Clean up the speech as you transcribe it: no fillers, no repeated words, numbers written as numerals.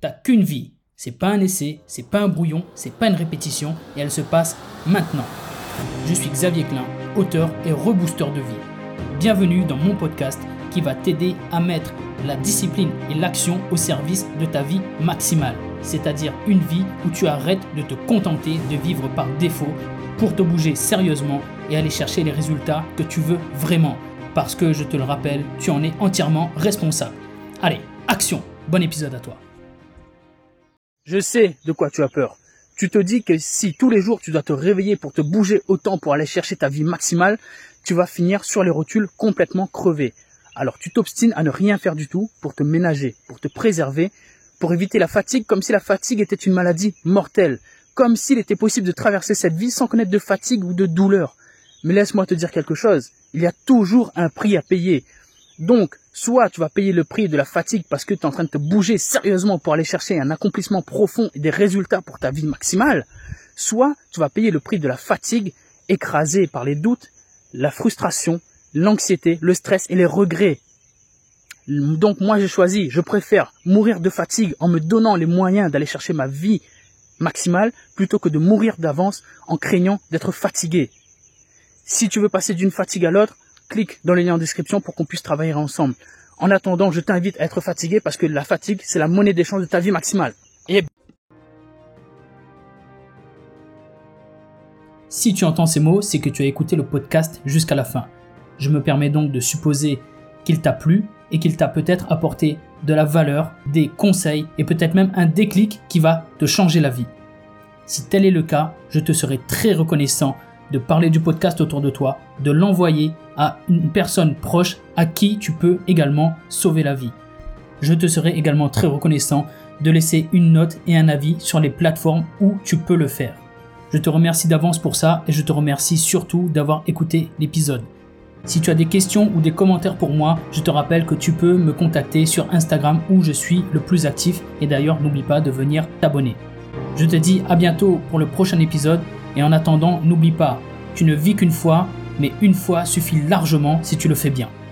T'as qu'une vie. C'est pas un essai, c'est pas un brouillon, c'est pas une répétition et elle se passe maintenant. Je suis Xavier Klein, auteur et rebooster de vie. Bienvenue dans mon podcast qui va t'aider à mettre la discipline et l'action au service de ta vie maximale. C'est-à-dire une vie où tu arrêtes de te contenter de vivre par défaut pour te bouger sérieusement et aller chercher les résultats que tu veux vraiment. Parce que, je te le rappelle, tu en es entièrement responsable. Allez, action! Bon épisode à toi. Je sais de quoi tu as peur. Tu te dis que si tous les jours tu dois te réveiller pour te bouger autant pour aller chercher ta vie maximale, tu vas finir sur les rotules complètement crevé. Alors tu t'obstines à ne rien faire du tout pour te ménager, pour te préserver, pour éviter la fatigue comme si la fatigue était une maladie mortelle, comme s'il était possible de traverser cette vie sans connaître de fatigue ou de douleur. Mais laisse-moi te dire quelque chose, il y a toujours un prix à payer. Donc, soit tu vas payer le prix de la fatigue parce que tu es en train de te bouger sérieusement pour aller chercher un accomplissement profond et des résultats pour ta vie maximale, soit tu vas payer le prix de la fatigue écrasé par les doutes, la frustration, l'anxiété, le stress et les regrets. Donc moi j'ai choisi, je préfère mourir de fatigue en me donnant les moyens d'aller chercher ma vie maximale plutôt que de mourir d'avance en craignant d'être fatigué. Si tu veux passer d'une fatigue à l'autre, clique dans les liens en description pour qu'on puisse travailler ensemble. En attendant, je t'invite à être fatigué parce que la fatigue, c'est la monnaie d'échange de ta vie maximale. Si tu entends ces mots, c'est que tu as écouté le podcast jusqu'à la fin. Je me permets donc de supposer qu'il t'a plu et qu'il t'a peut-être apporté de la valeur, des conseils et peut-être même un déclic qui va te changer la vie. Si tel est le cas, je te serai très reconnaissant de parler du podcast autour de toi, de l'envoyer à une personne proche à qui tu peux également sauver la vie. Je te serai également très reconnaissant de laisser une note et un avis sur les plateformes où tu peux le faire. Je te remercie d'avance pour ça et je te remercie surtout d'avoir écouté l'épisode. Si tu as des questions ou des commentaires pour moi, je te rappelle que tu peux me contacter sur Instagram où je suis le plus actif et d'ailleurs n'oublie pas de venir t'abonner. Je te dis à bientôt pour le prochain épisode et en attendant, n'oublie pas, tu ne vis qu'une fois, mais une fois suffit largement si tu le fais bien.